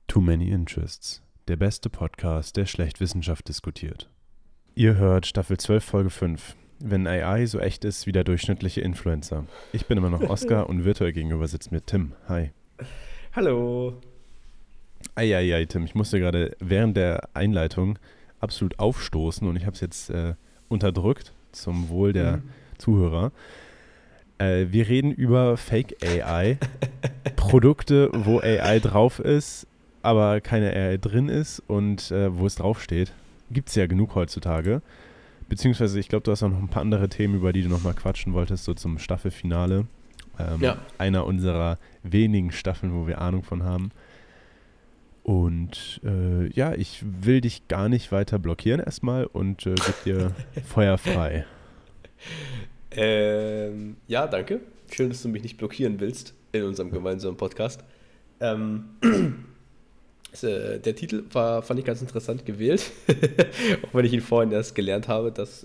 Too Many Interests, der beste Podcast, der schlecht Wissenschaft diskutiert. Ihr hört Staffel 12, Folge 5. Wenn AI so echt ist wie der durchschnittliche Influencer. Ich bin immer noch Oskar und virtuell gegenüber sitzt mir Tim. Hi. Hallo. Eieiei, Tim, ich musste gerade während der Einleitung absolut aufstoßen und ich habe es jetzt unterdrückt zum Wohl der Zuhörer. Wir reden über Fake AI, Produkte, wo AI drauf ist, aber keine AI drin ist und wo es draufsteht. Gibt es ja genug heutzutage. Beziehungsweise, ich glaube, du hast auch noch ein paar andere Themen, über die du nochmal quatschen wolltest, so zum Staffelfinale. Ja. Einer unserer wenigen Staffeln, wo wir Ahnung von haben. Und ja, ich will dich gar nicht weiter blockieren erstmal und gebe dir Feuer frei. Ja, danke. Schön, dass du mich nicht blockieren willst in unserem gemeinsamen Podcast. Der Titel fand ich ganz interessant gewählt, auch wenn ich ihn vorhin erst gelernt habe, dass,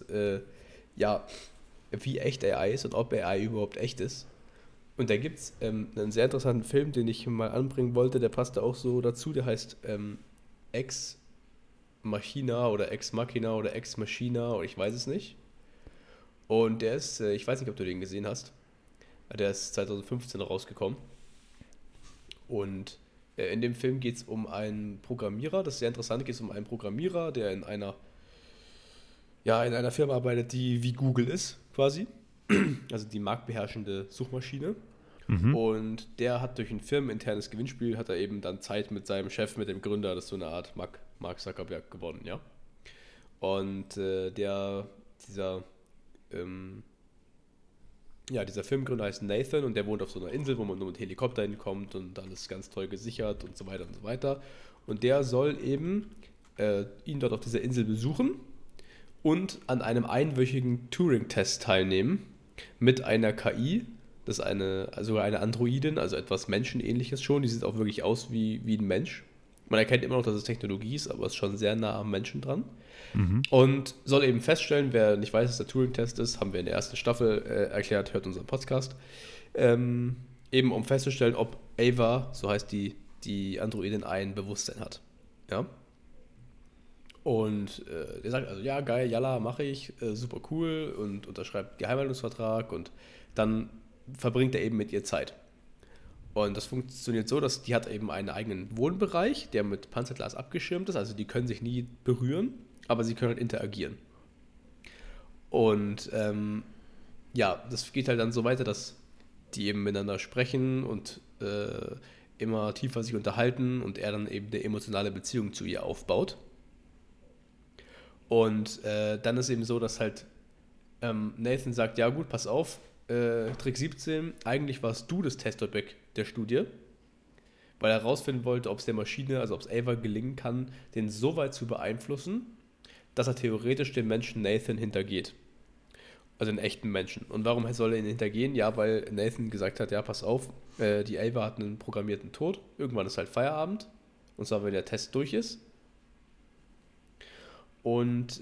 wie echt AI ist und ob AI überhaupt echt ist. Und da gibt es einen sehr interessanten Film, den ich mal anbringen wollte, der passt da auch so dazu, der heißt Ex Machina oder Ex Machina oder Ex Machina oder ich weiß es nicht. Und der ist, ich weiß nicht, ob du den gesehen hast, der ist 2015 rausgekommen. Und in dem Film geht es um einen Programmierer, das ist sehr interessant, geht es um einen Programmierer, der in einer Firma arbeitet, die wie Google ist, quasi. Also die marktbeherrschende Suchmaschine. Mhm. Und der hat durch ein firmeninternes Gewinnspiel, hat er eben dann Zeit mit seinem Chef, mit dem Gründer, das ist so eine Art Mark Zuckerberg gewonnen, ja. Und ähm, dieser Firmengründer heißt Nathan und der wohnt auf so einer Insel, wo man nur mit Helikopter hinkommt und alles ganz toll gesichert und so weiter und so weiter. Und der soll eben ihn dort auf dieser Insel besuchen und an einem einwöchigen Turing-Test teilnehmen mit einer KI. Das ist sogar eine Androidin, also etwas Menschenähnliches schon. Die sieht auch wirklich aus wie ein Mensch. Man erkennt immer noch, dass es Technologie ist, aber es ist schon sehr nah am Menschen dran. Mhm. Und soll eben feststellen, wer nicht weiß, was der Turing-Test ist, haben wir in der ersten Staffel erklärt, hört unseren Podcast. Eben um festzustellen, ob Ava, so heißt die Androidin, ein Bewusstsein hat. Ja. Und der sagt also, ja, geil, Jalla, mache ich, super cool und unterschreibt Geheimhaltungsvertrag und dann verbringt er eben mit ihr Zeit. Und das funktioniert so, dass die hat eben einen eigenen Wohnbereich, der mit Panzerglas abgeschirmt ist, also die können sich nie berühren, aber sie können halt interagieren. Und das geht halt dann so weiter, dass die eben miteinander sprechen und immer tiefer sich unterhalten und er dann eben eine emotionale Beziehung zu ihr aufbaut. Und dann ist eben so, dass halt Nathan sagt, ja gut, pass auf, Trick 17, eigentlich warst du das Testobjekt der Studie, weil er herausfinden wollte, ob es der Maschine, also ob es Ava gelingen kann, den so weit zu beeinflussen, dass er theoretisch den Menschen Nathan hintergeht. Also den echten Menschen. Und warum soll er ihn hintergehen? Ja, weil Nathan gesagt hat, ja, pass auf, die Ava hat einen programmierten Tod, irgendwann ist halt Feierabend, und zwar, wenn der Test durch ist. Und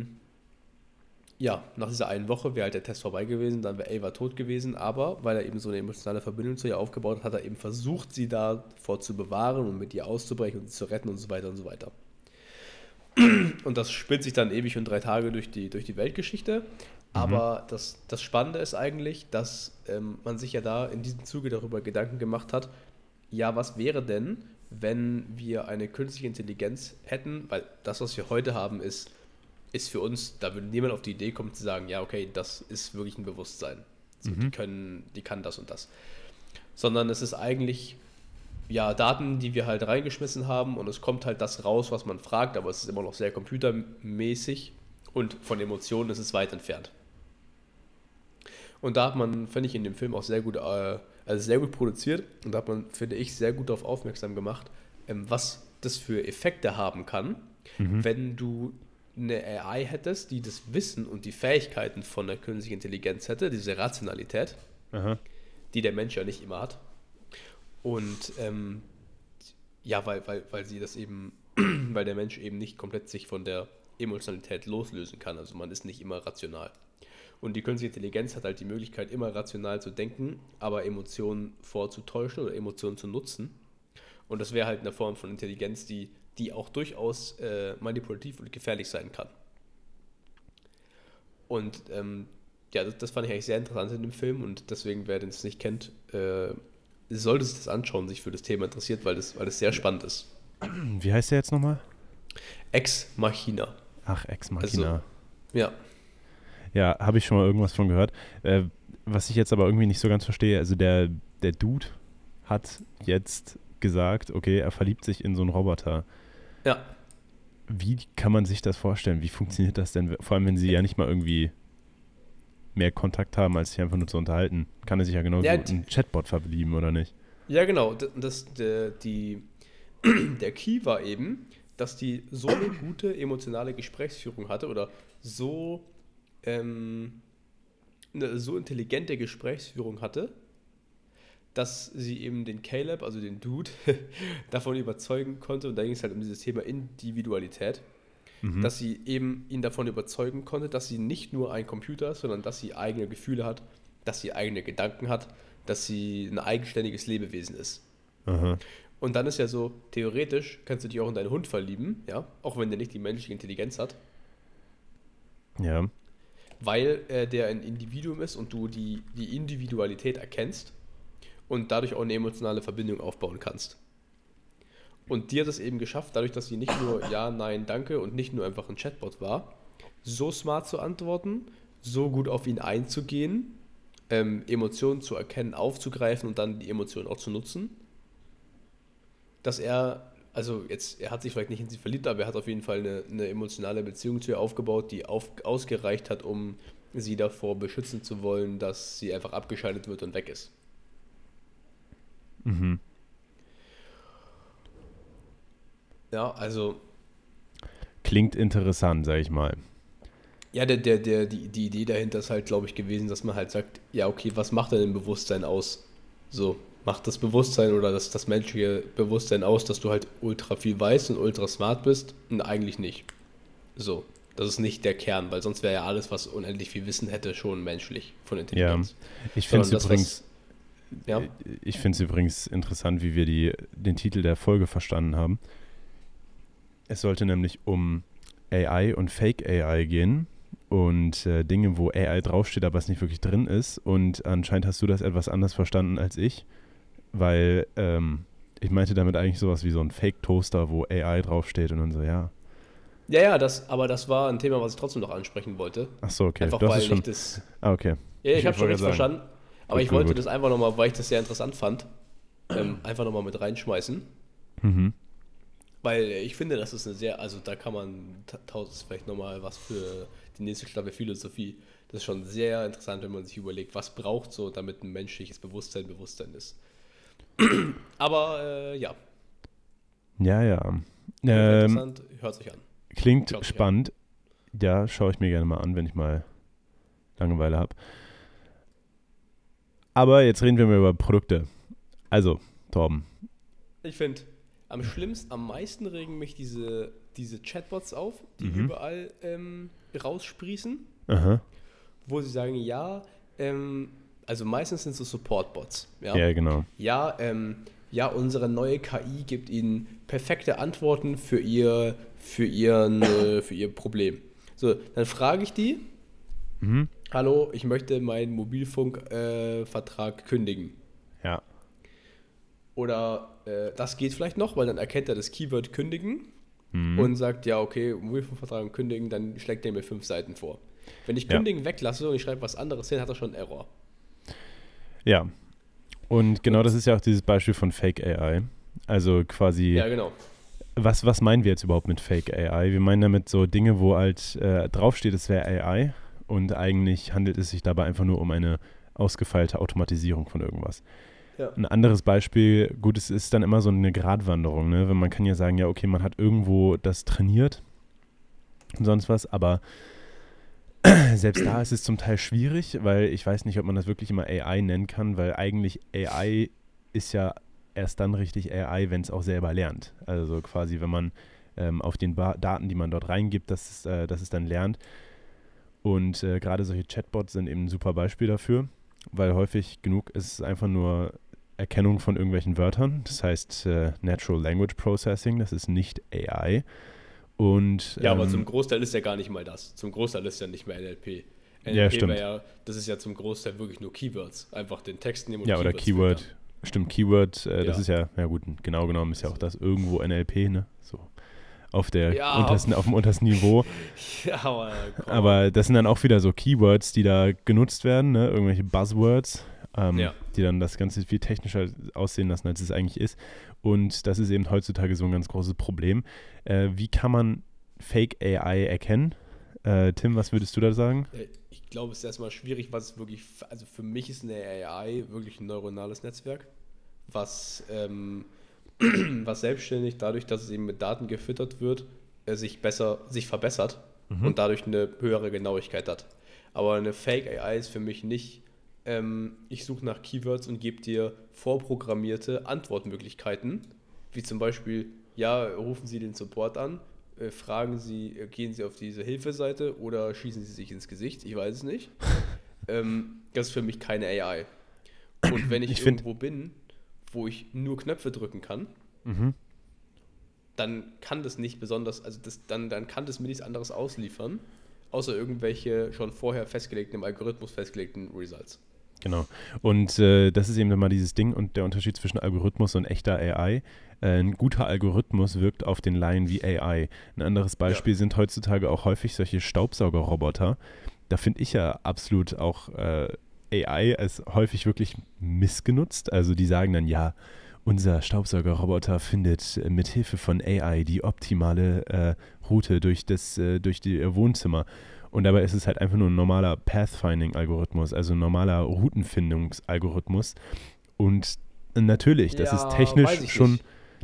nach dieser einen Woche wäre halt der Test vorbei gewesen, dann wäre Ava tot gewesen, aber weil er eben so eine emotionale Verbindung zu ihr aufgebaut hat, hat er eben versucht, sie davor zu bewahren und mit ihr auszubrechen und sie zu retten und so weiter und so weiter. Und das spinnt sich dann ewig und 3 Tage durch die Weltgeschichte. Aber das Spannende ist eigentlich, dass man sich ja da in diesem Zuge darüber Gedanken gemacht hat, ja, was wäre denn, wenn wir eine künstliche Intelligenz hätten, weil das, was wir heute haben, ist für uns, da würde niemand auf die Idee kommen zu sagen, ja, okay, das ist wirklich ein Bewusstsein. So, die kann das und das. Sondern es ist eigentlich, ja, Daten, die wir halt reingeschmissen haben und es kommt halt das raus, was man fragt, aber es ist immer noch sehr computermäßig und von Emotionen ist es weit entfernt. Und da hat man, finde ich, in dem Film auch sehr gut, sehr gut produziert und da hat man, finde ich, sehr gut darauf aufmerksam gemacht, was das für Effekte haben kann, wenn du eine AI hättest, die das Wissen und die Fähigkeiten von der künstlichen Intelligenz hätte, diese Rationalität, Aha. die der Mensch ja nicht immer hat. Und weil sie das eben, weil der Mensch eben nicht komplett sich von der Emotionalität loslösen kann. Also man ist nicht immer rational. Und die künstliche Intelligenz hat halt die Möglichkeit, immer rational zu denken, aber Emotionen vorzutäuschen oder Emotionen zu nutzen. Und das wäre halt eine Form von Intelligenz, die auch durchaus manipulativ und gefährlich sein kann. Und ja, das fand ich eigentlich sehr interessant in dem Film und deswegen, wer den es nicht kennt, sollte sich das anschauen, sich für das Thema interessiert, weil das sehr spannend ist. Wie heißt der jetzt nochmal? Ex Machina. Ach, Ex Machina. Also, ja. Ja, habe ich schon mal irgendwas von gehört. Was ich jetzt aber irgendwie nicht so ganz verstehe, also der Dude hat jetzt gesagt, okay, er verliebt sich in so einen Roboter. Ja. Wie kann man sich das vorstellen? Wie funktioniert das denn? Vor allem, wenn sie ja nicht mal irgendwie mehr Kontakt haben, als sich einfach nur zu unterhalten. Kann er sich ja genauso Ja, in einen Chatbot verlieben, oder nicht? Ja, genau. Der Key war eben, dass die so eine gute emotionale Gesprächsführung hatte oder so eine so intelligente Gesprächsführung hatte, dass sie eben den Caleb, also den Dude, davon überzeugen konnte, und da ging es halt um dieses Thema Individualität, Mhm. dass sie eben ihn davon überzeugen konnte, dass sie nicht nur ein Computer ist, sondern dass sie eigene Gefühle hat, dass sie eigene Gedanken hat, dass sie ein eigenständiges Lebewesen ist. Aha. Und dann ist ja so, theoretisch kannst du dich auch in deinen Hund verlieben, ja, auch wenn der nicht die menschliche Intelligenz hat, Ja. weil der ein Individuum ist und du die Individualität erkennst und dadurch auch eine emotionale Verbindung aufbauen kannst. Und die hat es eben geschafft, dadurch, dass sie nicht nur Ja, Nein, Danke und nicht nur einfach ein Chatbot war, so smart zu antworten, so gut auf ihn einzugehen, Emotionen zu erkennen, aufzugreifen und dann die Emotionen auch zu nutzen, dass er hat sich vielleicht nicht in sie verliebt, aber er hat auf jeden Fall eine emotionale Beziehung zu ihr aufgebaut, die ausgereicht hat, um sie davor beschützen zu wollen, dass sie einfach abgeschaltet wird und weg ist. Mhm. Ja, also, Klingt interessant, sag ich mal. ja, die Idee dahinter ist halt, glaube ich, gewesen, dass man halt sagt, ja, okay, was macht denn ein Bewusstsein aus? So, macht das Bewusstsein oder das menschliche Bewusstsein aus, dass du halt ultra viel weißt und ultra smart bist? Und eigentlich nicht. So, das ist nicht der Kern, weil sonst wäre ja alles, was unendlich viel Wissen hätte, schon menschlich von Ja. Intelligenz. Ich finde es Sondern das, übrigens, ja, interessant, wie wir den Titel der Folge verstanden haben. Es sollte nämlich um AI und Fake AI gehen und Dinge, wo AI draufsteht, aber es nicht wirklich drin ist. Und anscheinend hast du das etwas anders verstanden als ich, weil ich meinte damit eigentlich sowas wie so ein Fake-Toaster, wo AI draufsteht und dann so, ja. ja, aber das war ein Thema, was ich trotzdem noch ansprechen wollte. Ach so, okay. Einfach Du hast weil es schon. ich das. Okay. Ja, ich habe schon wollte richtig sagen. verstanden, aber Gut, ich gut, wollte gut. das einfach nochmal, weil ich das sehr interessant fand, einfach nochmal mit reinschmeißen. Mhm. Weil ich finde, das ist eine sehr, also da kann man, das ist vielleicht nochmal was für die nächste Staffel Philosophie. Das ist schon sehr interessant, wenn man sich überlegt, was braucht so, damit ein menschliches Bewusstsein ist. Aber ja, Ja, ja. interessant, hört sich an. Klingt Schaut sich spannend. Ja, schaue ich mir gerne mal an, wenn ich mal Langeweile habe. Aber jetzt reden wir mal über Produkte. Also, Torben. Ich finde, am meisten regen mich diese Chatbots auf, die Mhm. überall raussprießen, Aha. wo sie sagen, ja, also meistens sind es so Support-Bots, ja. Ja, genau. Ja, unsere neue KI gibt Ihnen perfekte Antworten für Ihr Problem. So, dann frage ich die, Mhm. hallo, ich möchte meinen Mobilfunkvertrag kündigen. Ja. Oder das geht vielleicht noch, weil dann erkennt er das Keyword kündigen Mhm. und sagt, ja, okay, Mobilfunkvertrag und kündigen, dann schlägt er mir 5 Seiten vor. Wenn ich Ja. kündigen weglasse und ich schreibe was anderes hin, hat er schon einen Error. Ja. Und genau Und- das ist ja auch dieses Beispiel von Fake AI. Also quasi, Ja, genau. was meinen wir jetzt überhaupt mit Fake AI? Wir meinen damit so Dinge, wo halt draufsteht, es wäre AI und eigentlich handelt es sich dabei einfach nur um eine ausgefeilte Automatisierung von irgendwas. Ja. Ein anderes Beispiel, gut, es ist dann immer so eine Gratwanderung, ne? Wenn man kann ja sagen, ja, okay, man hat irgendwo das trainiert und sonst was, aber selbst da ist es zum Teil schwierig, weil ich weiß nicht, ob man das wirklich immer AI nennen kann, weil eigentlich AI ist ja erst dann richtig AI, wenn es auch selber lernt. Also quasi, wenn man auf den Daten, die man dort reingibt, dass es dann lernt. Und gerade solche Chatbots sind eben ein super Beispiel dafür, weil häufig genug ist es einfach nur Erkennung von irgendwelchen Wörtern. Das heißt Natural Language Processing, das ist nicht AI. Und, Ja, aber zum Großteil ist ja gar nicht mal das. Zum Großteil ist ja nicht mehr NLP. Ja, NLP stimmt. das ist ja zum Großteil wirklich nur Keywords. Einfach den Text nehmen und Ja, oder Keywords Keyword. filtern. Stimmt, Keyword, Ja. das ist ja gut, genau genommen ist ja auch das irgendwo NLP, ne? So auf dem Ja, untersten Niveau. ja, aber komm. Aber das sind dann auch wieder so Keywords, die da genutzt werden, ne? Irgendwelche Buzzwords, Ja. die dann das Ganze viel technischer aussehen lassen, als es eigentlich ist. Und das ist eben heutzutage so ein ganz großes Problem. Wie kann man Fake AI erkennen? Tim, was würdest du da sagen? Ich glaube, es ist erstmal schwierig, was wirklich, also für mich ist eine AI wirklich ein neuronales Netzwerk, was, was selbstständig dadurch, dass es eben mit Daten gefüttert wird, sich verbessert und dadurch eine höhere Genauigkeit hat. Aber eine Fake AI ist für mich nicht, ich suche nach Keywords und gebe dir vorprogrammierte Antwortmöglichkeiten, wie zum Beispiel, ja, rufen Sie den Support an, gehen Sie auf diese Hilfeseite oder schießen Sie sich ins Gesicht, ich weiß es nicht. Das ist für mich keine AI. Und wenn ich irgendwo bin, wo ich nur Knöpfe drücken kann, dann kann das nicht besonders, also dann kann das mir nichts anderes ausliefern, außer irgendwelche schon vorher im Algorithmus festgelegten Results. Genau. Und das ist eben mal dieses Ding und der Unterschied zwischen Algorithmus und echter AI. Ein guter Algorithmus wirkt auf den Laien wie AI. Ein anderes Beispiel sind heutzutage auch häufig solche Staubsaugerroboter. Da finde ich ja absolut auch AI als häufig wirklich missgenutzt. Also die sagen dann, ja, unser Staubsaugerroboter findet mit Hilfe von AI die optimale Route durch die Wohnzimmer. Und dabei ist es halt einfach nur ein normaler Pathfinding-Algorithmus, also ein normaler Routenfindungsalgorithmus. Und natürlich, das ist technisch schon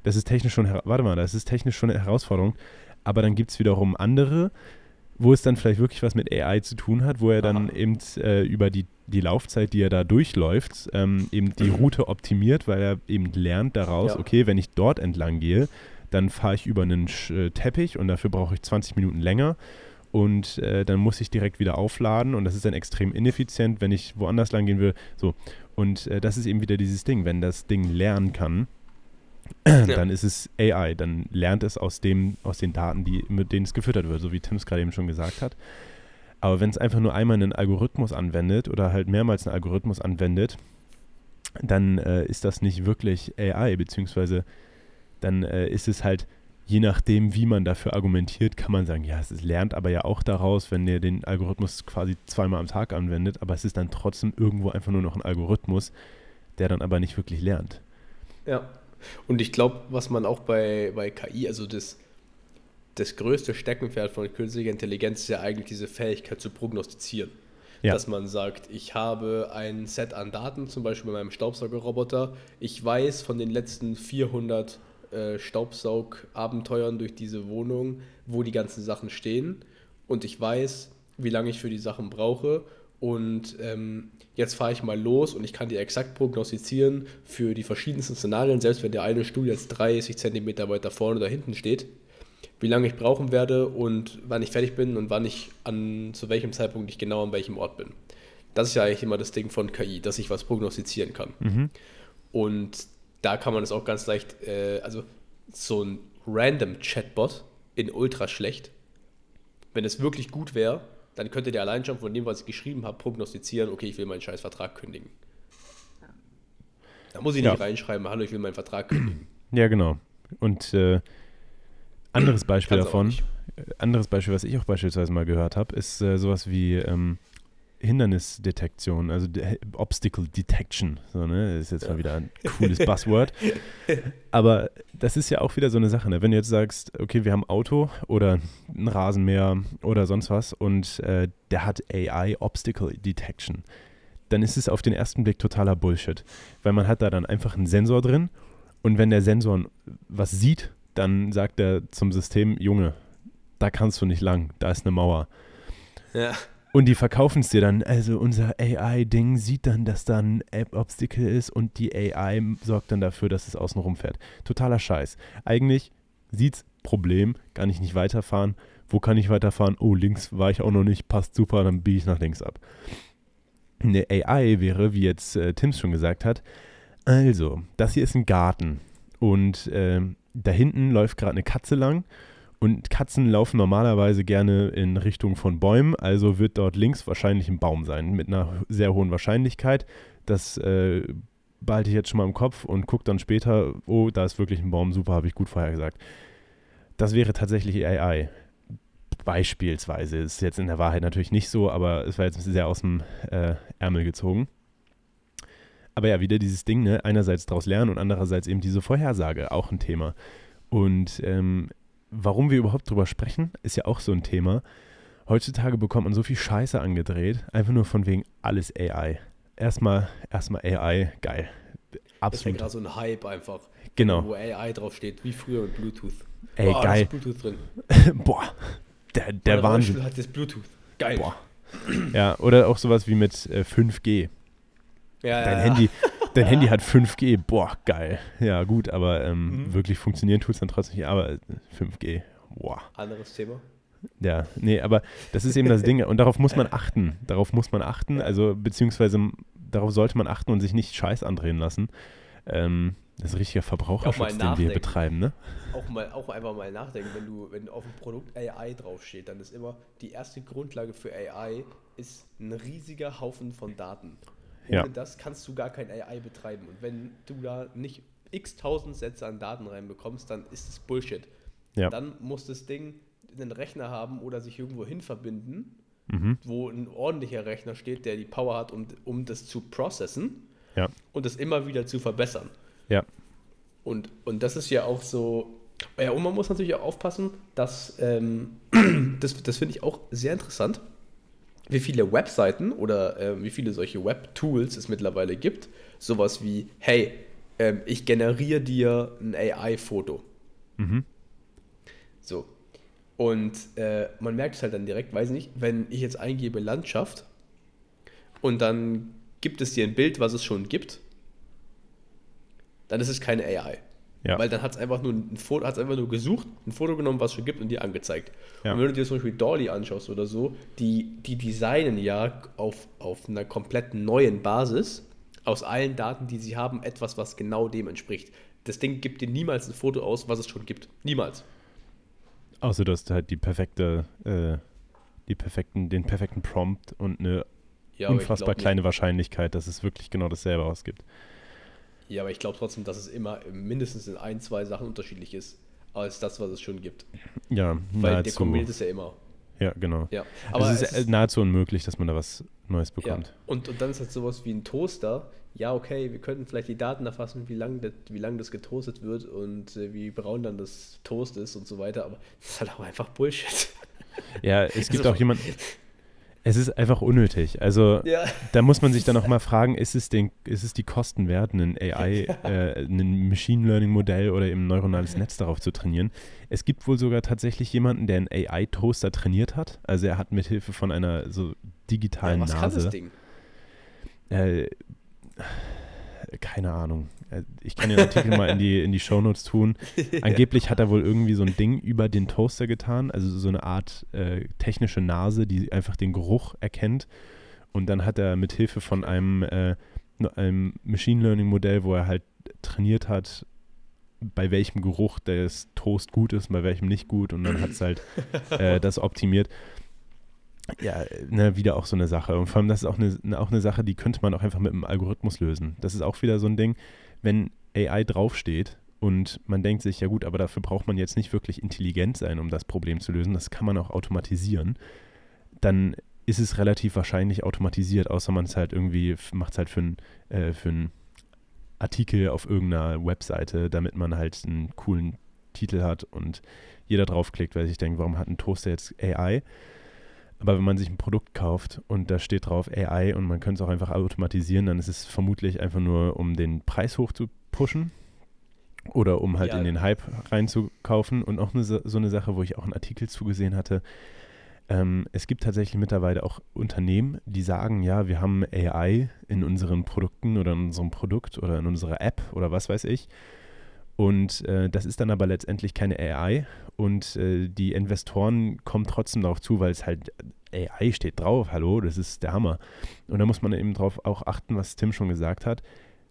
eine Herausforderung. Aber dann gibt es wiederum andere, wo es dann vielleicht wirklich was mit AI zu tun hat, wo er dann eben über die Laufzeit, die er da durchläuft, eben die Route optimiert, weil er eben lernt daraus, okay, wenn ich dort entlang gehe, dann fahre ich über einen Teppich und dafür brauche ich 20 Minuten länger. Und dann muss ich direkt wieder aufladen und das ist dann extrem ineffizient, wenn ich woanders lang gehen will. So. Und das ist eben wieder dieses Ding, wenn das Ding lernen kann, dann ist es AI, dann lernt es aus den Daten, mit denen es gefüttert wird, so wie Tim es gerade eben schon gesagt hat. Aber wenn es einfach nur einmal einen Algorithmus anwendet oder halt mehrmals einen Algorithmus anwendet, dann ist das nicht wirklich AI, beziehungsweise dann ist es halt, je nachdem, wie man dafür argumentiert, kann man sagen, ja, es lernt aber ja auch daraus, wenn ihr den Algorithmus quasi zweimal am Tag anwendet, aber es ist dann trotzdem irgendwo einfach nur noch ein Algorithmus, der dann aber nicht wirklich lernt. Ja, und ich glaube, was man auch bei KI, also das größte Steckenpferd von künstlicher Intelligenz ist ja eigentlich diese Fähigkeit zu prognostizieren. Ja. Dass man sagt, ich habe ein Set an Daten, zum Beispiel bei meinem Staubsaugerroboter, ich weiß von den letzten 400 Staubsaugabenteuern durch diese Wohnung, wo die ganzen Sachen stehen und ich weiß, wie lange ich für die Sachen brauche und jetzt fahre ich mal los und ich kann dir exakt prognostizieren für die verschiedensten Szenarien, selbst wenn der eine Stuhl jetzt 30 Zentimeter weiter vorne oder hinten steht, wie lange ich brauchen werde und wann ich fertig bin und zu welchem Zeitpunkt ich genau an welchem Ort bin. Das ist ja eigentlich immer das Ding von KI, dass ich was prognostizieren kann. Und da kann man es auch ganz leicht, also so ein random Chatbot in ultra schlecht, wenn es wirklich gut wäre, dann könnte der allein schon von dem, was ich geschrieben habe, prognostizieren, okay, ich will meinen scheiß Vertrag kündigen. Da muss ich nicht reinschreiben, hallo, ich will meinen Vertrag kündigen. Ja, genau. Und anderes Beispiel davon, was ich auch beispielsweise mal gehört habe, ist sowas wie Hindernisdetektion, also Obstacle Detection. So, ne? Das ist jetzt mal wieder ein cooles Buzzword. Aber das ist ja auch wieder so eine Sache. Ne? Wenn du jetzt sagst, okay, wir haben ein Auto oder ein Rasenmäher oder sonst was und der hat AI Obstacle Detection, dann ist es auf den ersten Blick totaler Bullshit. Weil man hat da dann einfach einen Sensor drin und wenn der Sensor was sieht, dann sagt er zum System, Junge, da kannst du nicht lang, da ist eine Mauer. Ja. Und die verkaufen es dir dann, also unser AI-Ding sieht dann, dass da ein Obstacle ist und die AI sorgt dann dafür, dass es außen rumfährt. Totaler Scheiß. Eigentlich sieht's Problem, kann ich nicht weiterfahren. Wo kann ich weiterfahren? Oh, links war ich auch noch nicht, passt super, dann biege ich nach links ab. Eine AI wäre, wie jetzt Tim schon gesagt hat, Also, das hier ist ein Garten und da hinten läuft gerade eine Katze lang und Katzen laufen normalerweise gerne in Richtung von Bäumen, also wird dort links wahrscheinlich ein Baum sein mit einer sehr hohen Wahrscheinlichkeit. Das behalte ich jetzt schon mal im Kopf und gucke dann später, oh, da ist wirklich ein Baum, super, habe ich gut vorhergesagt. Das wäre tatsächlich AI. Beispielsweise, ist jetzt in der Wahrheit natürlich nicht so, aber es war jetzt sehr aus dem Ärmel gezogen. Aber ja, wieder dieses Ding, ne? Einerseits daraus lernen und andererseits eben diese Vorhersage, auch ein Thema. Und warum wir überhaupt drüber sprechen, ist ja auch so ein Thema. Heutzutage bekommt man so viel Scheiße angedreht, einfach nur von wegen alles AI. Erstmal AI, geil. Das ist ja Absolut. gerade so ein Hype einfach. Genau. Wo AI draufsteht, wie früher mit Bluetooth. Ey, Da geil. ist Bluetooth drin. Boah, der Meine Wahnsinn. Rollstuhl hat das Bluetooth. Geil. Boah. Ja, oder auch sowas wie mit 5G. Ja, Dein Handy hat 5G. Boah, geil. Ja, gut, aber wirklich funktionieren tut es dann trotzdem nicht. Aber 5G, boah. Anderes Thema. Ja, nee, aber das ist eben das Ding. Und darauf muss man achten. Also beziehungsweise darauf sollte man achten und sich nicht Scheiß andrehen lassen. Das ist richtiger Verbraucherschutz, den wir betreiben, ne? Auch einfach mal nachdenken, wenn auf dem Produkt AI draufsteht, dann ist immer die erste Grundlage für AI ist ein riesiger Haufen von Daten. Ohne das kannst du gar kein AI betreiben. Und wenn du da nicht x tausend Sätze an Daten reinbekommst, dann ist es Bullshit. Ja. Dann muss das Ding einen Rechner haben oder sich irgendwo hin verbinden, wo ein ordentlicher Rechner steht, der die Power hat, um das zu processen und das immer wieder zu verbessern. Ja. Und das ist ja auch so, ja, und man muss natürlich auch aufpassen, dass, das finde ich auch sehr interessant, wie viele Webseiten oder wie viele solche Web-Tools es mittlerweile gibt. Sowas wie, hey, ich generiere dir ein AI-Foto. So. Und man merkt es halt dann direkt, weiß nicht, wenn ich jetzt eingebe Landschaft und dann gibt es dir ein Bild, was es schon gibt, dann ist es keine AI. Ja. Weil dann hat es einfach nur gesucht, ein Foto genommen, was es schon gibt und dir angezeigt. Ja. Und wenn du dir zum Beispiel DALL-E anschaust oder so, die designen ja auf einer komplett neuen Basis aus allen Daten, die sie haben, etwas, was genau dem entspricht. Das Ding gibt dir niemals ein Foto aus, was es schon gibt. Niemals. Außer du hast halt den perfekten Prompt und eine unfassbar kleine Wahrscheinlichkeit, dass es wirklich genau dasselbe ausgibt. Ja, aber ich glaube trotzdem, dass es immer mindestens in 1-2 Sachen unterschiedlich ist, als das, was es schon gibt. Ja, weil der kombiniert es ja immer. Ja, genau. Ja. Aber es ist nahezu unmöglich, dass man da was Neues bekommt. Ja. Und dann ist halt sowas wie ein Toaster. Ja, okay, wir könnten vielleicht die Daten erfassen, wie lang das getoastet wird und wie braun dann das Toast ist und so weiter, aber das ist halt auch einfach Bullshit. Ja, es gibt auch jemanden, es ist einfach unnötig. Also da muss man sich dann auch mal fragen, ist es die Kosten wert, ein AI, ein Machine Learning Modell oder eben ein neuronales Netz darauf zu trainieren? Es gibt wohl sogar tatsächlich jemanden, der einen AI-Toaster trainiert hat. Also er hat mithilfe von einer so digitalen was Nase. Kann das Ding? Keine Ahnung. Ich kann den Artikel mal in die Shownotes tun. Angeblich hat er wohl irgendwie so ein Ding über den Toaster getan, also so eine Art technische Nase, die einfach den Geruch erkennt. Und dann hat er mit Hilfe von einem Machine Learning Modell, wo er halt trainiert hat, bei welchem Geruch das Toast gut ist und bei welchem nicht gut. Und dann hat es halt das optimiert. Ja, wieder auch so eine Sache. Und vor allem, das ist auch eine Sache, die könnte man auch einfach mit einem Algorithmus lösen. Das ist auch wieder so ein Ding, wenn AI draufsteht und man denkt sich, ja gut, aber dafür braucht man jetzt nicht wirklich intelligent sein, um das Problem zu lösen. Das kann man auch automatisieren. Dann ist es relativ wahrscheinlich automatisiert, außer man es halt irgendwie, macht es halt für einen Artikel auf irgendeiner Webseite, damit man halt einen coolen Titel hat und jeder draufklickt, weil sich denkt, warum hat ein Toaster jetzt AI? Aber wenn man sich ein Produkt kauft und da steht drauf AI und man könnte es auch einfach automatisieren, dann ist es vermutlich einfach nur, um den Preis hoch zu pushen oder um halt in den Hype reinzukaufen. Und auch so eine Sache, wo ich auch einen Artikel zugesehen hatte, es gibt tatsächlich mittlerweile auch Unternehmen, die sagen, ja, wir haben AI in unseren Produkten oder in unserem Produkt oder in unserer App oder was weiß ich. Und das ist dann aber letztendlich keine AI und die Investoren kommen trotzdem darauf zu, weil es halt AI steht drauf, hallo, das ist der Hammer. Und da muss man eben drauf auch achten, was Tim schon gesagt hat,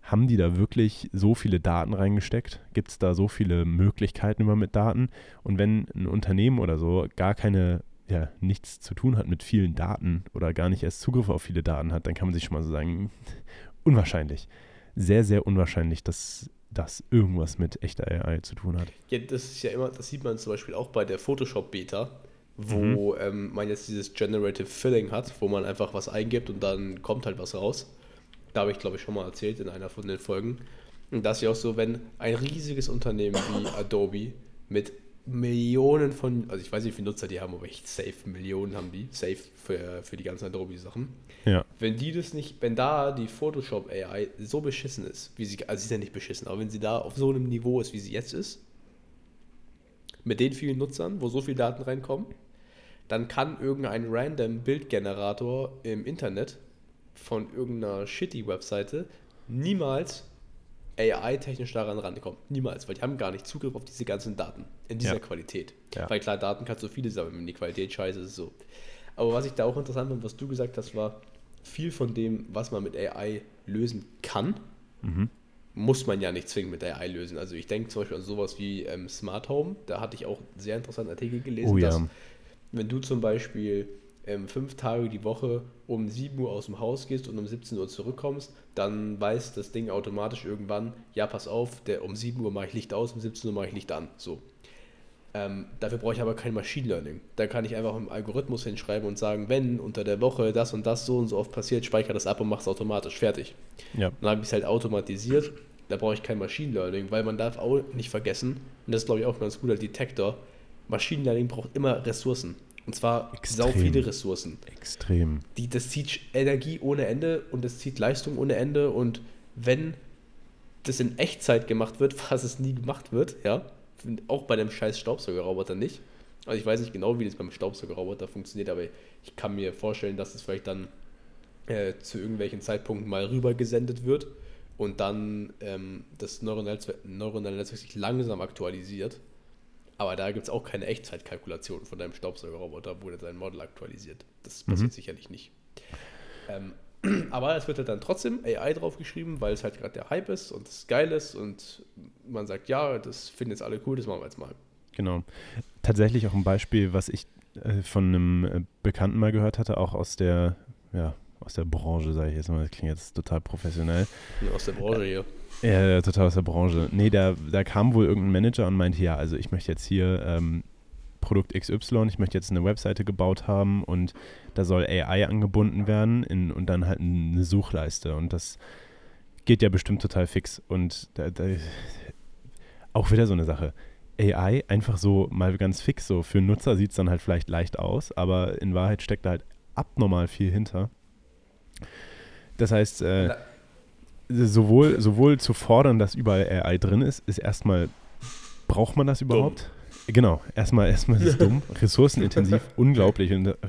haben die da wirklich so viele Daten reingesteckt? Gibt es da so viele Möglichkeiten immer mit Daten? Und wenn ein Unternehmen oder so gar nichts zu tun hat mit vielen Daten oder gar nicht erst Zugriff auf viele Daten hat, dann kann man sich schon mal so sagen, unwahrscheinlich. Sehr, sehr unwahrscheinlich, dass das irgendwas mit echter AI zu tun hat. Ja, das ist ja immer, das sieht man zum Beispiel auch bei der Photoshop-Beta, wo man jetzt dieses Generative Filling hat, wo man einfach was eingibt und dann kommt halt was raus. Da habe ich, glaube ich, schon mal erzählt in einer von den Folgen. Und das ist ja auch so, wenn ein riesiges Unternehmen wie Adobe mit Millionen von, also ich weiß nicht, wie viele Nutzer die haben, aber echt safe Millionen haben die, safe für die ganzen Adobe-Sachen. Ja. Wenn da die Photoshop AI so beschissen ist, also sie ist ja nicht beschissen, aber wenn sie da auf so einem Niveau ist, wie sie jetzt ist, mit den vielen Nutzern, wo so viele Daten reinkommen, dann kann irgendein random Bildgenerator im Internet von irgendeiner shitty Webseite niemals AI-technisch daran rankommen. Niemals, weil die haben gar nicht Zugriff auf diese ganzen Daten in dieser Qualität. Ja. Weil klar, Daten kannst du viele sammeln, wenn die Qualität scheiße ist, so. Aber was ich da auch interessant fand, was du gesagt hast, war, viel von dem, was man mit AI lösen kann, muss man ja nicht zwingend mit AI lösen. Also ich denke zum Beispiel an sowas wie Smart Home, da hatte ich auch einen sehr interessanten Artikel gelesen, dass wenn du zum Beispiel 5 Tage die Woche um 7 Uhr aus dem Haus gehst und um 17 Uhr zurückkommst, dann weiß das Ding automatisch irgendwann, ja pass auf, um 7 Uhr mache ich Licht aus, um 17 Uhr mache ich Licht an. So. Dafür brauche ich aber kein Machine Learning. Da kann ich einfach einen Algorithmus hinschreiben und sagen, wenn unter der Woche das und das so und so oft passiert, speichere das ab und mach es automatisch. Fertig. Ja. Dann habe ich es halt automatisiert. Da brauche ich kein Machine Learning, weil man darf auch nicht vergessen, und das ist glaube ich auch ein ganz guter Detektor, Machine Learning braucht immer Ressourcen. Und zwar sau viele Ressourcen. Extrem. Das zieht Energie ohne Ende und das zieht Leistung ohne Ende. Und wenn das in Echtzeit gemacht wird, was es nie gemacht wird, ja, auch bei dem scheiß Staubsaugerroboter nicht. Also ich weiß nicht genau, wie das beim Staubsaugerroboter funktioniert, aber ich kann mir vorstellen, dass es vielleicht dann zu irgendwelchen Zeitpunkten mal rübergesendet wird und dann das neuronale Netzwerk sich langsam aktualisiert. Aber da gibt es auch keine Echtzeitkalkulation von deinem Staubsaugerroboter, wo der sein Model aktualisiert. Das passiert sicherlich nicht. Aber es wird halt dann trotzdem AI draufgeschrieben, weil es halt gerade der Hype ist und es geil ist und man sagt, ja, das finden jetzt alle cool, das machen wir jetzt mal. Genau. Tatsächlich auch ein Beispiel, was ich von einem Bekannten mal gehört hatte, auch aus der Branche, sage ich jetzt mal, das klingt jetzt total professionell. Ja, aus der Branche hier. Ja, total aus der Branche. Nee, da kam wohl irgendein Manager und meinte, ja, also ich möchte jetzt hier Produkt XY, ich möchte jetzt eine Webseite gebaut haben und da soll AI angebunden werden und dann halt eine Suchleiste und das geht ja bestimmt total fix und da auch wieder so eine Sache. AI einfach so mal ganz fix, so für einen Nutzer sieht es dann halt vielleicht leicht aus, aber in Wahrheit steckt da halt abnormal viel hinter. Das heißt, sowohl zu fordern, dass überall AI drin ist erstmal, braucht man das überhaupt? Dumm. Genau, erstmal ist es dumm, ressourcenintensiv, unglaublich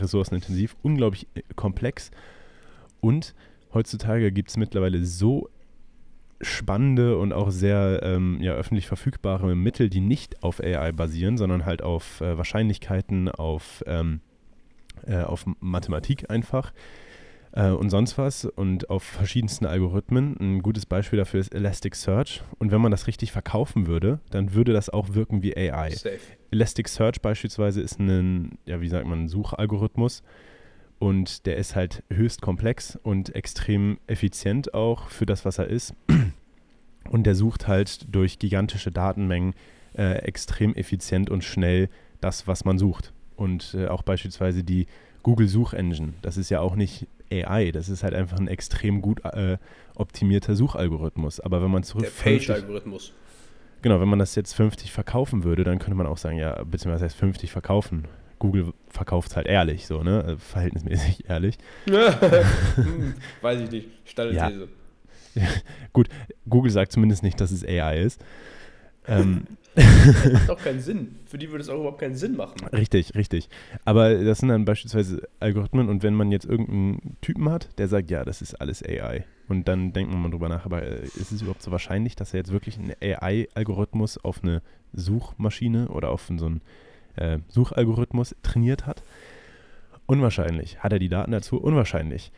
komplex und heutzutage gibt es mittlerweile so spannende und auch sehr öffentlich verfügbare Mittel, die nicht auf AI basieren, sondern halt auf Wahrscheinlichkeiten, auf Mathematik einfach und sonst was und auf verschiedensten Algorithmen. Ein gutes Beispiel dafür ist Elasticsearch. Und wenn man das richtig verkaufen würde, dann würde das auch wirken wie AI. Safe. Elasticsearch beispielsweise ist ein Suchalgorithmus und der ist halt höchst komplex und extrem effizient auch für das, was er ist. Und der sucht halt durch gigantische Datenmengen extrem effizient und schnell das, was man sucht. Und auch beispielsweise die Google-Suchengine, das ist ja auch nicht AI, das ist halt einfach ein extrem gut optimierter Suchalgorithmus. Aber wenn man der Page-Algorithmus. Genau, wenn man das jetzt vernünftig verkaufen würde, dann könnte man auch sagen, ja, beziehungsweise das heißt vernünftig verkaufen. Google verkauft es halt ehrlich, so, ne? Also verhältnismäßig ehrlich. Weiß ich nicht. Steile These. Ja. Gut, Google sagt zumindest nicht, dass es AI ist. Das macht auch keinen Sinn. Für die würde es auch überhaupt keinen Sinn machen. Richtig. Aber das sind dann beispielsweise Algorithmen und wenn man jetzt irgendeinen Typen hat, der sagt, ja, das ist alles AI. Und dann denkt man mal drüber nach, aber ist es überhaupt so wahrscheinlich, dass er jetzt wirklich einen AI-Algorithmus auf eine Suchmaschine oder auf so einen Suchalgorithmus trainiert hat? Unwahrscheinlich. Hat er die Daten dazu? Unwahrscheinlich.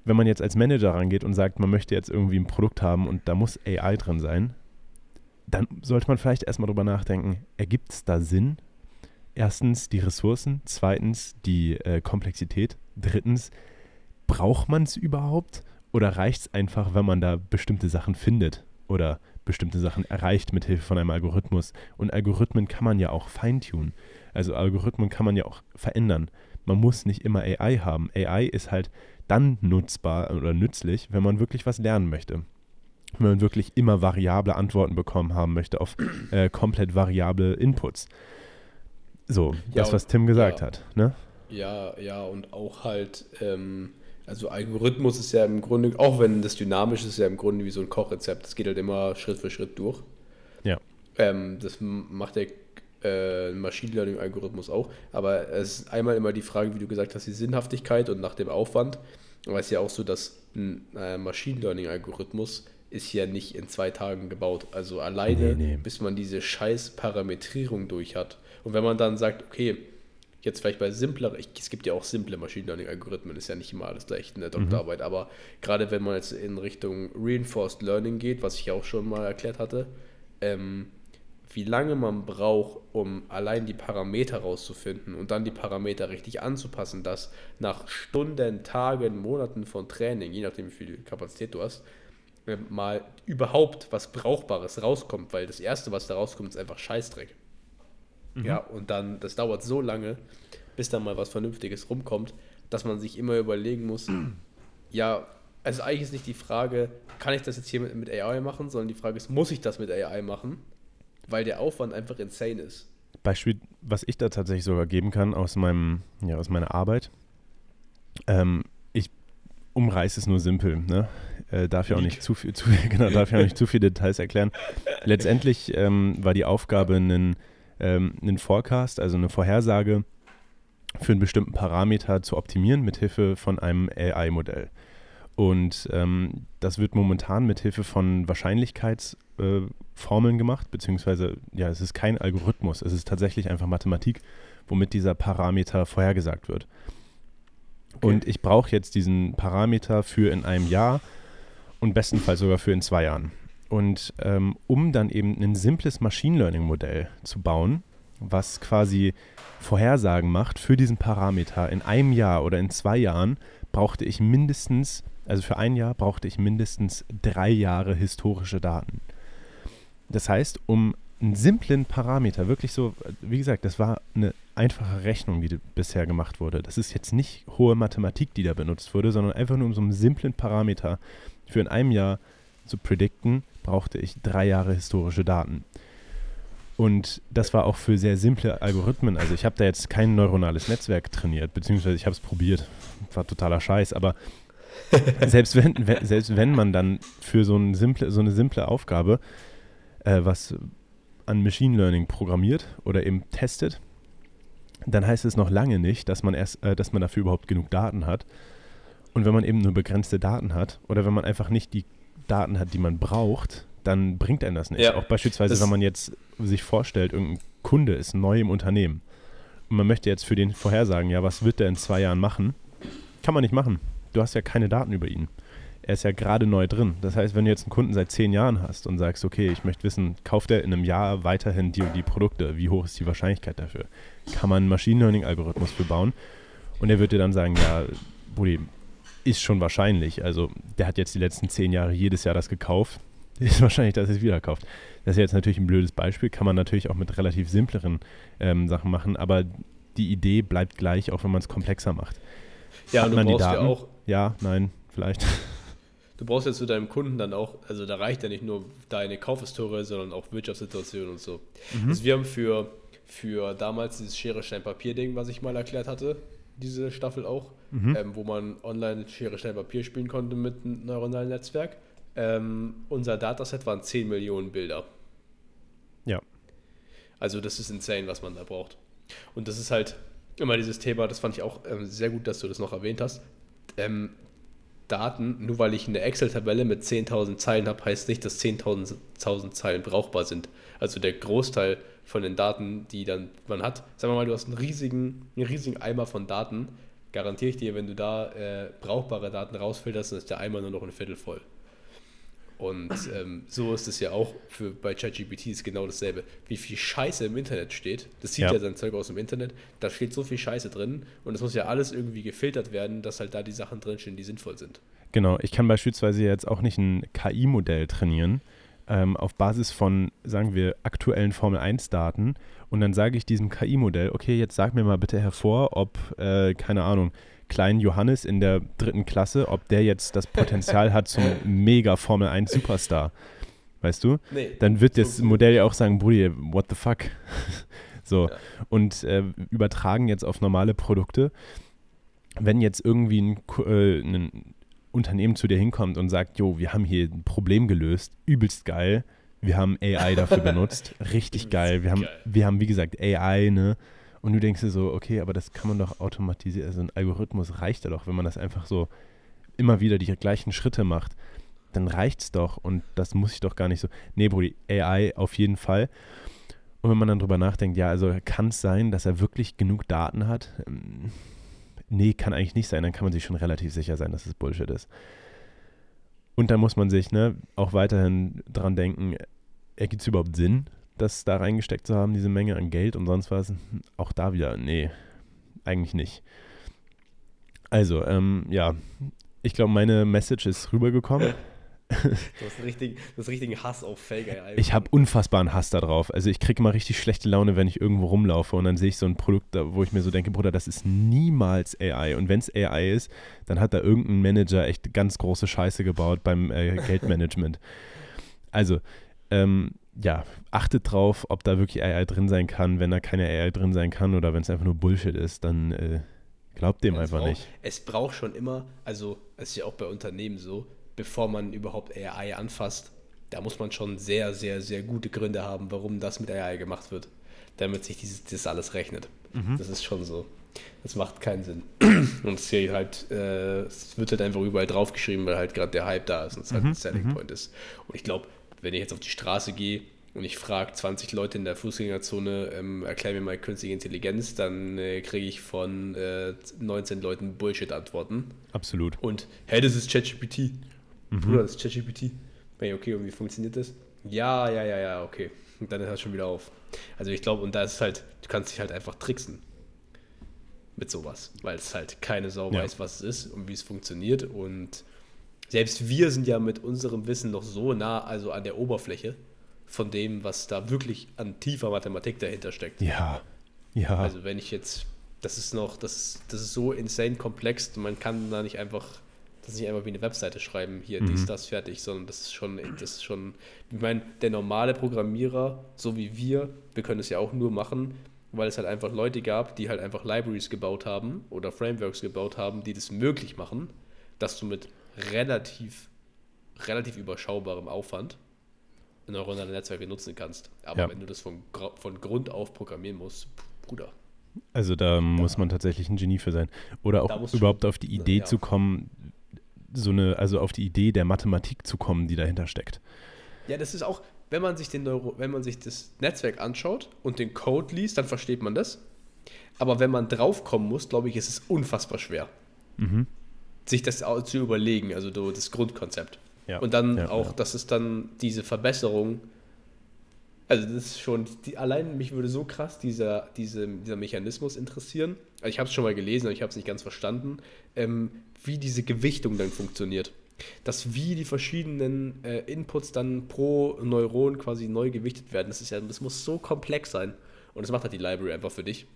wenn man jetzt als Manager rangeht und sagt, man möchte jetzt irgendwie ein Produkt haben und da muss AI drin sein, dann sollte man vielleicht erstmal drüber nachdenken, ergibt es da Sinn? Erstens die Ressourcen, zweitens die Komplexität, drittens, braucht man es überhaupt oder reicht es einfach, wenn man da bestimmte Sachen findet oder bestimmte Sachen erreicht mit Hilfe von einem Algorithmus? Und Algorithmen kann man ja auch feintunen. Also Algorithmen kann man ja auch verändern. Man muss nicht immer AI haben. AI ist halt dann nutzbar oder nützlich, wenn man wirklich was lernen möchte. Wenn man wirklich immer variable Antworten bekommen haben möchte auf komplett variable Inputs. So, das, was Tim gesagt hat, ne? Ja, und auch halt, also Algorithmus ist ja im Grunde, auch wenn das dynamisch ist, ja im Grunde wie so ein Kochrezept. Das geht halt immer Schritt für Schritt durch. Ja. Das macht der Machine Learning Algorithmus auch. Aber es ist einmal immer die Frage, wie du gesagt hast, die Sinnhaftigkeit und nach dem Aufwand. Aber es ist ja auch so, dass ein Machine Learning Algorithmus ist ja nicht in 2 Tagen gebaut. Also alleine, bis man diese scheiß Parametrierung durch hat. Und wenn man dann sagt, okay, jetzt vielleicht bei es gibt ja auch simple Machine Learning Algorithmen, ist ja nicht immer alles gleich in der Doktorarbeit, aber gerade wenn man jetzt in Richtung Reinforced Learning geht, was ich ja auch schon mal erklärt hatte, wie lange man braucht, um allein die Parameter rauszufinden und dann die Parameter richtig anzupassen, dass nach Stunden, Tagen, Monaten von Training, je nachdem wie viel Kapazität du hast, mal überhaupt was Brauchbares rauskommt, weil das Erste, was da rauskommt, ist einfach Scheißdreck. Ja, und dann, das dauert so lange, bis dann mal was Vernünftiges rumkommt, dass man sich immer überlegen muss, ja, also eigentlich ist nicht die Frage, kann ich das jetzt hier mit AI machen, sondern die Frage ist, muss ich das mit AI machen? Weil der Aufwand einfach insane ist. Beispiel, was ich da tatsächlich sogar geben kann aus meiner Arbeit, ich umreiße es nur simpel, ne? Darf ja auch nicht zu viel Details erklären. Letztendlich war die Aufgabe, einen Forecast, also eine Vorhersage für einen bestimmten Parameter zu optimieren mithilfe von einem AI-Modell. Und das wird momentan mithilfe von Wahrscheinlichkeitsformeln gemacht, beziehungsweise, ja, es ist kein Algorithmus, es ist tatsächlich einfach Mathematik, womit dieser Parameter vorhergesagt wird. Okay. Und ich brauche jetzt diesen Parameter für in einem Jahr und bestenfalls sogar für in 2 Jahren. Und um dann eben ein simples Machine Learning Modell zu bauen, was quasi Vorhersagen macht für diesen Parameter in einem Jahr oder in 2 Jahren, brauchte ich mindestens, also für ein Jahr brauchte ich mindestens 3 Jahre historische Daten. Das heißt, um einen simplen Parameter, wirklich so, wie gesagt, das war eine einfache Rechnung, die bisher gemacht wurde. Das ist jetzt nicht hohe Mathematik, die da benutzt wurde, sondern einfach nur um so einen simplen Parameter für in einem Jahr zu predikten, brauchte ich 3 Jahre historische Daten. Und das war auch für sehr simple Algorithmen. Also ich habe da jetzt kein neuronales Netzwerk trainiert, beziehungsweise ich habe es probiert. War totaler Scheiß, aber selbst wenn man dann für so eine simple Aufgabe was an Machine Learning programmiert oder eben testet, dann heißt es noch lange nicht, dass man dafür überhaupt genug Daten hat. Und wenn man eben nur begrenzte Daten hat oder wenn man einfach nicht die Daten hat, die man braucht, dann bringt einen das nicht. Ja, auch beispielsweise, wenn man jetzt sich vorstellt, irgendein Kunde ist neu im Unternehmen und man möchte jetzt für den vorhersagen, ja, was wird der in 2 Jahren machen? Kann man nicht machen. Du hast ja keine Daten über ihn. Er ist ja gerade neu drin. Das heißt, wenn du jetzt einen Kunden seit 10 Jahren hast und sagst, okay, ich möchte wissen, kauft er in einem Jahr weiterhin die Produkte? Wie hoch ist die Wahrscheinlichkeit dafür? Kann man einen Machine Learning Algorithmus für bauen? Und er wird dir dann sagen, ja, Brudi, ist schon wahrscheinlich. Also der hat jetzt die letzten 10 Jahre jedes Jahr das gekauft. Ist wahrscheinlich, dass er es wieder kauft. Das ist jetzt natürlich ein blödes Beispiel. Kann man natürlich auch mit relativ simpleren Sachen machen. Aber die Idee bleibt gleich, auch wenn man es komplexer macht. Ja, hat man die Daten? Ja auch. Ja, nein, vielleicht. Du brauchst ja zu deinem Kunden dann auch, also da reicht ja nicht nur deine Kaufhistorie, sondern auch Wirtschaftssituation und so. Also wir haben für damals dieses Schere, Stein, Papier-Ding, was ich mal erklärt hatte, diese Staffel auch, wo man online Schere, Stein, Papier spielen konnte mit einem neuronalen Netzwerk. Unser Dataset waren 10 Millionen Bilder. Ja. Also das ist insane, was man da braucht. Und das ist halt immer dieses Thema, das fand ich auch sehr gut, dass du das noch erwähnt hast. Daten, nur weil ich eine Excel-Tabelle mit 10.000 Zeilen habe, heißt nicht, dass 10.000 Zeilen brauchbar sind. Also der Großteil von den Daten, die dann man hat, sagen wir mal, du hast einen riesigen Eimer von Daten, garantiere ich dir, wenn du da brauchbare Daten rausfilterst, dann ist der Eimer nur noch ein Viertel voll. Und so ist es ja auch bei ChatGPT ist genau dasselbe. Wie viel Scheiße im Internet steht, das sieht ja sein Zeug aus dem Internet, da steht so viel Scheiße drin und es muss ja alles irgendwie gefiltert werden, dass halt da die Sachen drinstehen, die sinnvoll sind. Genau, ich kann beispielsweise jetzt auch nicht ein KI-Modell trainieren, auf Basis von, sagen wir, aktuellen Formel-1-Daten und dann sage ich diesem KI-Modell, okay, jetzt sag mir mal bitte hervor, ob, keine Ahnung, kleinen Johannes in der 3. Klasse, ob der jetzt das Potenzial hat zum mega Formel 1 Superstar. Weißt du? Nee, dann wird das Modell ja auch sagen, Brudi, what the fuck? So. Ja. Und übertragen jetzt auf normale Produkte, wenn jetzt irgendwie ein Unternehmen zu dir hinkommt und sagt, jo, wir haben hier ein Problem gelöst, übelst geil, wir haben AI dafür benutzt, richtig geil, wir haben, wie gesagt, AI, ne? Und du denkst dir so, okay, aber das kann man doch automatisieren. Also ein Algorithmus reicht ja doch, wenn man das einfach so immer wieder die gleichen Schritte macht. Dann reicht's doch und das muss ich doch gar nicht so. Nee, Brudi, AI auf jeden Fall. Und wenn man dann drüber nachdenkt, ja, also kann es sein, dass er wirklich genug Daten hat? Nee, kann eigentlich nicht sein. Dann kann man sich schon relativ sicher sein, dass es Bullshit ist. Und dann muss man sich auch weiterhin dran denken, ergibt es überhaupt Sinn, das da reingesteckt zu haben, diese Menge an Geld und sonst was? Auch da wieder, nee, eigentlich nicht. Also, ja, ich glaube, meine Message ist rübergekommen. Du hast richtigen Hass auf Fake AI. Ich habe unfassbaren Hass da drauf. Also ich kriege mal richtig schlechte Laune, wenn ich irgendwo rumlaufe und dann sehe ich so ein Produkt, wo ich mir so denke, Bruder, das ist niemals AI. Und wenn es AI ist, dann hat da irgendein Manager echt ganz große Scheiße gebaut beim Geldmanagement. Also, ja, achtet drauf, ob da wirklich AI drin sein kann. Wenn da keine AI drin sein kann oder wenn es einfach nur Bullshit ist, dann glaubt dem einfach nicht. Es braucht schon immer, also es ist ja auch bei Unternehmen so, bevor man überhaupt AI anfasst, da muss man schon sehr, sehr, sehr gute Gründe haben, warum das mit AI gemacht wird, damit sich das alles rechnet. Das ist schon so. Das macht keinen Sinn. Und es hier halt, es wird halt einfach überall draufgeschrieben, weil halt gerade der Hype da ist und es halt ein Selling Point ist. Und ich glaube, wenn ich jetzt auf die Straße gehe und ich frage 20 Leute in der Fußgängerzone, erklär mir mal künstliche Intelligenz, dann kriege ich von 19 Leuten Bullshit-Antworten. Absolut. Und, hey, das ist ChatGPT. Bruder, das ist ChatGPT. Okay, und wie funktioniert das? Ja, okay. Und dann hört es schon wieder auf. Also ich glaube, und da ist halt, du kannst dich halt einfach tricksen mit sowas, weil es halt keine Sau weiß, was es ist und wie es funktioniert. Und selbst wir sind ja mit unserem Wissen noch so nah, also an der Oberfläche von dem, was da wirklich an tiefer Mathematik dahinter steckt. Ja. Also wenn ich jetzt, das ist so insane komplex, man kann da nicht einfach, das ist nicht einfach wie eine Webseite schreiben, hier, dies, das, fertig, sondern das ist schon, ich meine, der normale Programmierer, so wie wir können es ja auch nur machen, weil es halt einfach Leute gab, die halt einfach Libraries gebaut haben oder Frameworks gebaut haben, die das möglich machen, dass du mit relativ überschaubarem Aufwand neuronale Netzwerke nutzen kannst. Aber wenn du das von Grund auf programmieren musst, Bruder. Also da muss man tatsächlich ein Genie für sein. Oder auch überhaupt auf die Idee zu kommen, also auf die Idee der Mathematik zu kommen, die dahinter steckt. Ja, das ist auch, wenn man sich das Netzwerk anschaut und den Code liest, dann versteht man das. Aber wenn man draufkommen muss, glaube ich, ist es unfassbar schwer, sich das zu überlegen, also das Grundkonzept. Ja, und dann das ist dann diese Verbesserung, also das ist schon, allein mich würde so krass dieser Mechanismus interessieren, also ich habe es schon mal gelesen, aber ich habe es nicht ganz verstanden, wie diese Gewichtung dann funktioniert. Dass wie die verschiedenen Inputs dann pro Neuron quasi neu gewichtet werden, das muss so komplex sein und das macht halt die Library einfach für dich.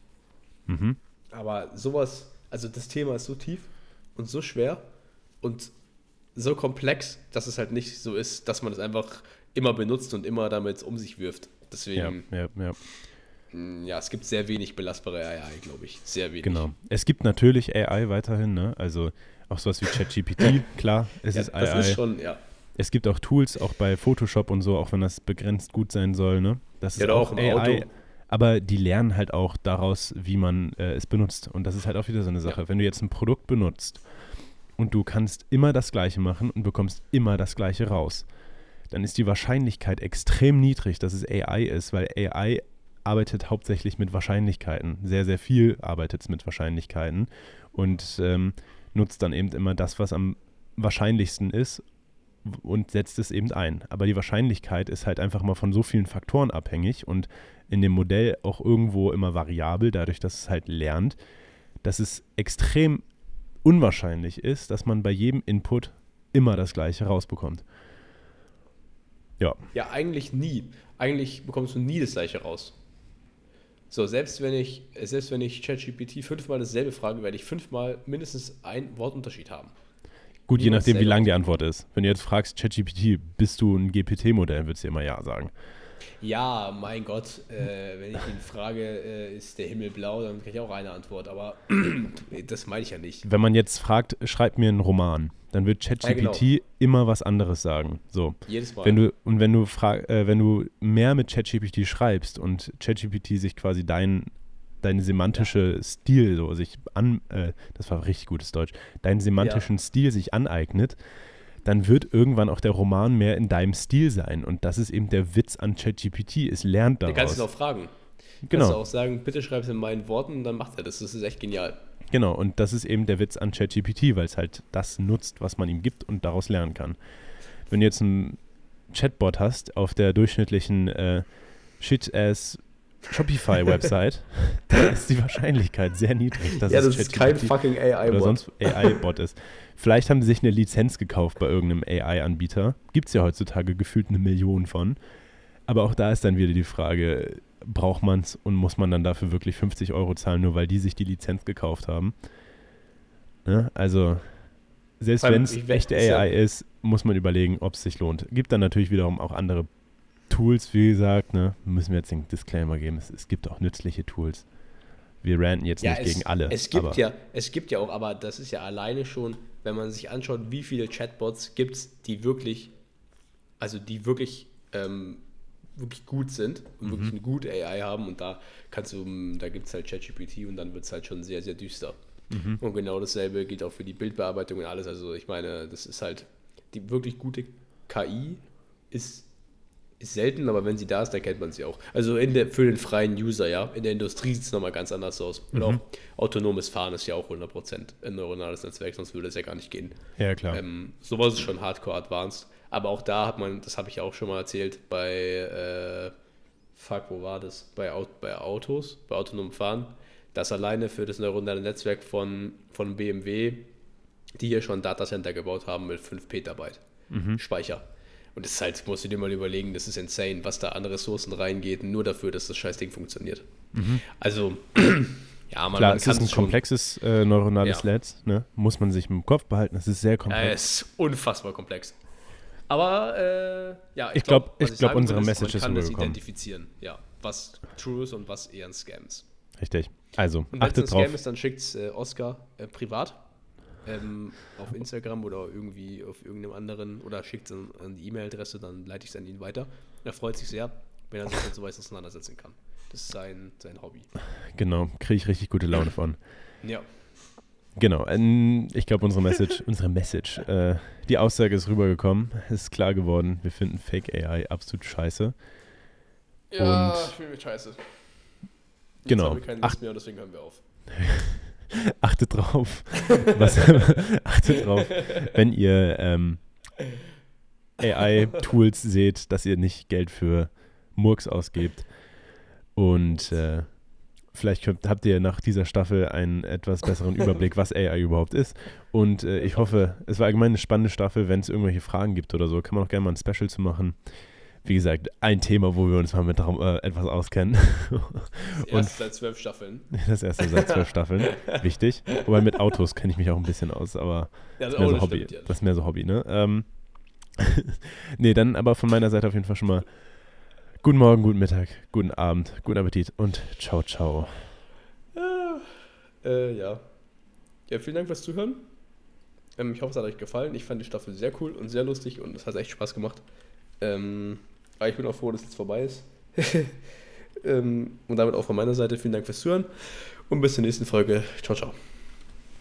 Aber sowas, also das Thema ist so tief und so schwer und so komplex, dass es halt nicht so ist, dass man es einfach immer benutzt und immer damit um sich wirft. Deswegen, ja, es gibt sehr wenig belastbare AI, glaube ich. Sehr wenig. Genau. Es gibt natürlich AI weiterhin, ne? Also auch sowas wie ChatGPT, klar, es ist AI. Das ist schon, ja. Es gibt auch Tools, auch bei Photoshop und so, auch wenn das begrenzt gut sein soll, ne? Das ist auch im AI. Auto. Aber die lernen halt auch daraus, wie man es benutzt. Und das ist halt auch wieder so eine Sache. Ja. Wenn du jetzt ein Produkt benutzt und du kannst immer das Gleiche machen und bekommst immer das Gleiche raus, dann ist die Wahrscheinlichkeit extrem niedrig, dass es AI ist, weil AI arbeitet hauptsächlich mit Wahrscheinlichkeiten. Sehr, sehr viel arbeitet es mit Wahrscheinlichkeiten und nutzt dann eben immer das, was am wahrscheinlichsten ist und setzt es eben ein. Aber die Wahrscheinlichkeit ist halt einfach mal von so vielen Faktoren abhängig und in dem Modell auch irgendwo immer variabel, dadurch, dass es halt lernt, dass es extrem unwahrscheinlich ist, dass man bei jedem Input immer das Gleiche rausbekommt. Ja. Ja, eigentlich nie. Eigentlich bekommst du nie das Gleiche raus. So, selbst wenn ich ChatGPT 5-mal dasselbe frage, werde ich 5-mal mindestens ein Wortunterschied haben. Gut, je Niemals nachdem, wie selber. lang die Antwort ist. Wenn du jetzt fragst, ChatGPT, bist du ein GPT-Modell, würdest du immer Ja sagen. Ja, mein Gott, wenn ich ihn frage, ist der Himmel blau, dann kriege ich auch eine Antwort, aber das meine ich ja nicht. Wenn man jetzt fragt, schreib mir einen Roman, dann wird ChatGPT immer was anderes sagen. So. Jedes Mal. Wenn du mehr mit ChatGPT schreibst und ChatGPT sich quasi deine semantische Stil so das war richtig gutes Deutsch, deinen semantischen Stil sich aneignet, dann wird irgendwann auch der Roman mehr in deinem Stil sein. Und das ist eben der Witz an ChatGPT. Es lernt daraus. Du kannst es auch fragen. Genau. Kannst du auch sagen, bitte schreib es in meinen Worten und dann macht er das. Das ist echt genial. Genau, und das ist eben der Witz an ChatGPT, weil es halt das nutzt, was man ihm gibt und daraus lernen kann. Wenn du jetzt einen Chatbot hast auf der durchschnittlichen Shit-ass Shopify-Website, dann ist die Wahrscheinlichkeit sehr niedrig, dass das es ist kein fucking AI-Bot. oder sonst AI-Bot ist. Vielleicht haben sie sich eine Lizenz gekauft bei irgendeinem AI-Anbieter. Gibt es ja heutzutage gefühlt 1 Million von. Aber auch da ist dann wieder die Frage, braucht man es und muss man dann dafür wirklich 50 € zahlen, nur weil die sich die Lizenz gekauft haben? Ne? Also, selbst wenn es echte AI ist, muss man überlegen, ob es sich lohnt. Gibt dann natürlich wiederum auch andere Tools, wie gesagt, ne? Müssen wir jetzt den Disclaimer geben, es gibt auch nützliche Tools. Wir ranten jetzt nicht gegen alle. Es gibt ja auch, aber das ist ja alleine schon, wenn man sich anschaut, wie viele Chatbots gibt es, die wirklich gut sind und wirklich eine gute AI haben und da gibt es halt ChatGPT und dann wird es halt schon sehr, sehr düster. Und genau dasselbe gilt auch für die Bildbearbeitung und alles. Also ich meine, das ist halt, die wirklich gute KI ist selten, aber wenn sie da ist, dann kennt man sie auch. Also für den freien User, ja. In der Industrie sieht es nochmal ganz anders aus. Und auch autonomes Fahren ist ja auch 100% ein neuronales Netzwerk, sonst würde es ja gar nicht gehen. Ja, klar. Sowas ist schon hardcore advanced. Aber auch da hat man, das habe ich auch schon mal erzählt, wo war das? Bei Autos, bei autonomem Fahren, dass alleine für das neuronale Netzwerk von BMW, die hier schon ein Datacenter gebaut haben mit 5 Petabyte Speicher. Und das ist halt, musst du dir mal überlegen, das ist insane, was da an Ressourcen reingeht, nur dafür, dass das Scheißding funktioniert. Also, ja, man es ist ein komplexes neuronales Netz, ne? Muss man sich im Kopf behalten, es ist sehr komplex. Es ist unfassbar komplex. Aber, ich glaube, unsere Message ist rübergekommen. Man kann das rübergekommen. identifizieren, ja, was true ist und was eher ein Scam ist. Richtig. Also, und achtet drauf. Wenn es ein Scam ist, dann schickt es Oscar privat auf Instagram oder irgendwie auf irgendeinem anderen oder schickt es an die E-Mail-Adresse, dann leite ich es an ihn weiter. Er freut sich sehr, wenn er sich mit sowas auseinandersetzen kann. Das ist sein Hobby. Genau, kriege ich richtig gute Laune von. Ja. Genau, ich glaube, unsere Message, die Aussage ist rübergekommen, es ist klar geworden, wir finden Fake AI absolut scheiße. Ja, ich finde mich scheiße. Genau. Jetzt haben wir keine Lust mehr und deswegen hören wir auf. Achtet drauf, wenn ihr AI-Tools seht, dass ihr nicht Geld für Murks ausgebt. Und vielleicht habt ihr nach dieser Staffel einen etwas besseren Überblick, was AI überhaupt ist. Und ich hoffe, es war allgemein eine spannende Staffel. Wenn es irgendwelche Fragen gibt oder so, kann man auch gerne mal ein Special zu machen. Wie gesagt, ein Thema, wo wir uns mal mit etwas auskennen. Das erste seit 12 Staffeln. Das erste seit 12 Staffeln. Wichtig. Wobei mit Autos kenne ich mich auch ein bisschen aus, aber das ist mehr so Hobby. Das ist mehr so Hobby, ne? Nee, dann aber von meiner Seite auf jeden Fall schon mal guten Morgen, guten Mittag, guten Abend, guten Appetit und ciao, ciao. Ja, vielen Dank fürs Zuhören. Ich hoffe, es hat euch gefallen. Ich fand die Staffel sehr cool und sehr lustig und es hat echt Spaß gemacht. Aber ich bin auch froh, dass es jetzt vorbei ist. Und damit auch von meiner Seite vielen Dank fürs Zuhören und bis zur nächsten Folge. Ciao, ciao.